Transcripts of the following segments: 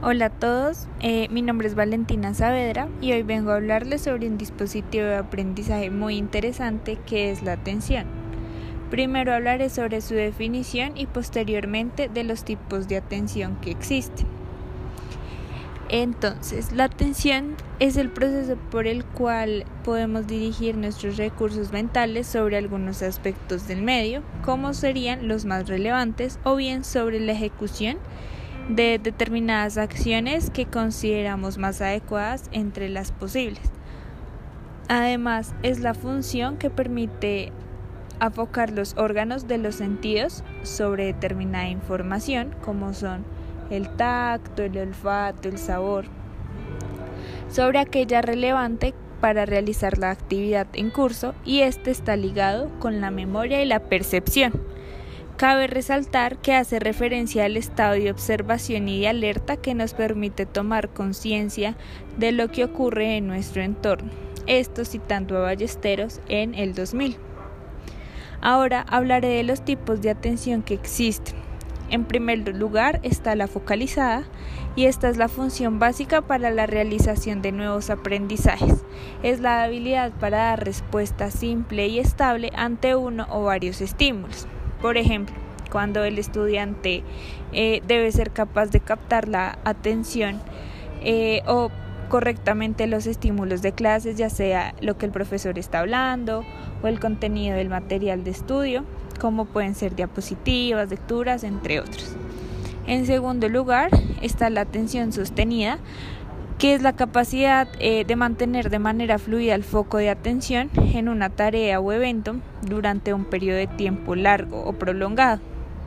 Hola a todos, mi nombre es Valentina Saavedra y hoy vengo a hablarles sobre un dispositivo de aprendizaje muy interesante que es la atención. Primero hablaré sobre su definición y posteriormente de los tipos de atención que existen. Entonces, la atención es el proceso por el cual podemos dirigir nuestros recursos mentales sobre algunos aspectos del medio, como serían los más relevantes, o bien sobre la ejecución de determinadas acciones que consideramos más adecuadas entre las posibles. Además, es la función que permite enfocar los órganos de los sentidos sobre determinada información, como son el tacto, el olfato, el sabor, sobre aquella relevante para realizar la actividad en curso, y este está ligado con la memoria y la percepción. Cabe resaltar que hace referencia al estado de observación y de alerta que nos permite tomar conciencia de lo que ocurre en nuestro entorno. Esto citando a Ballesteros en el 2000. Ahora hablaré de los tipos de atención que existen. En primer lugar está la focalizada, y esta es la función básica para la realización de nuevos aprendizajes. Es la habilidad para dar respuesta simple y estable ante uno o varios estímulos. Por ejemplo, cuando el estudiante debe ser capaz de captar la atención o correctamente los estímulos de clases, ya sea lo que el profesor está hablando o el contenido del material de estudio, como pueden ser diapositivas, lecturas, entre otros. En segundo lugar está la atención sostenida, que es la capacidad de mantener de manera fluida el foco de atención en una tarea o evento durante un periodo de tiempo largo o prolongado.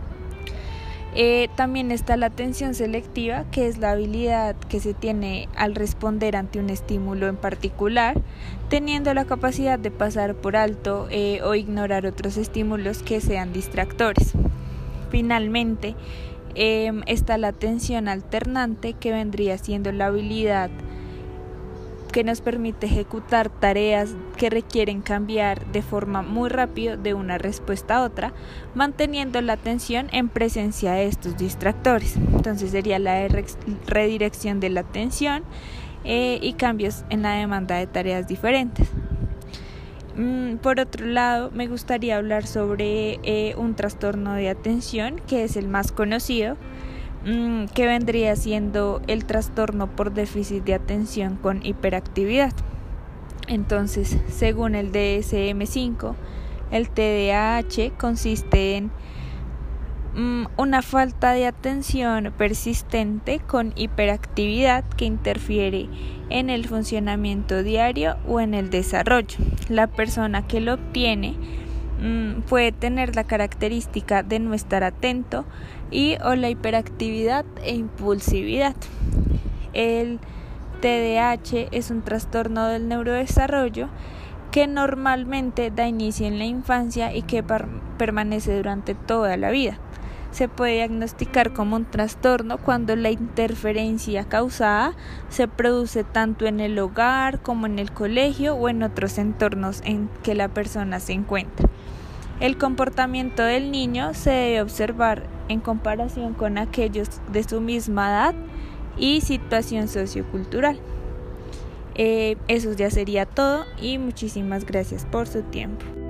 También está la atención selectiva, que es la habilidad que se tiene al responder ante un estímulo en particular, teniendo la capacidad de pasar por alto o ignorar otros estímulos que sean distractores. Finalmente, está la atención alternante, que vendría siendo la habilidad que nos permite ejecutar tareas que requieren cambiar de forma muy rápido de una respuesta a otra, manteniendo la atención en presencia de estos distractores. Entonces sería la redirección de la atención y cambios en la demanda de tareas diferentes. Por otro lado, me gustaría hablar sobre un trastorno de atención que es el más conocido, que vendría siendo el trastorno por déficit de atención con hiperactividad. Entonces, según el DSM-5, el TDAH consiste en una falta de atención persistente con hiperactividad que interfiere en el funcionamiento diario o en el desarrollo. La persona que lo obtiene puede tener la característica de no estar atento o la hiperactividad e impulsividad. El TDAH es un trastorno del neurodesarrollo que normalmente da inicio en la infancia y que permanece durante toda la vida. Se puede diagnosticar como un trastorno cuando la interferencia causada se produce tanto en el hogar como en el colegio o en otros entornos en que la persona se encuentra. El comportamiento del niño se debe observar en comparación con aquellos de su misma edad y situación sociocultural. Eso ya sería todo y muchísimas gracias por su tiempo.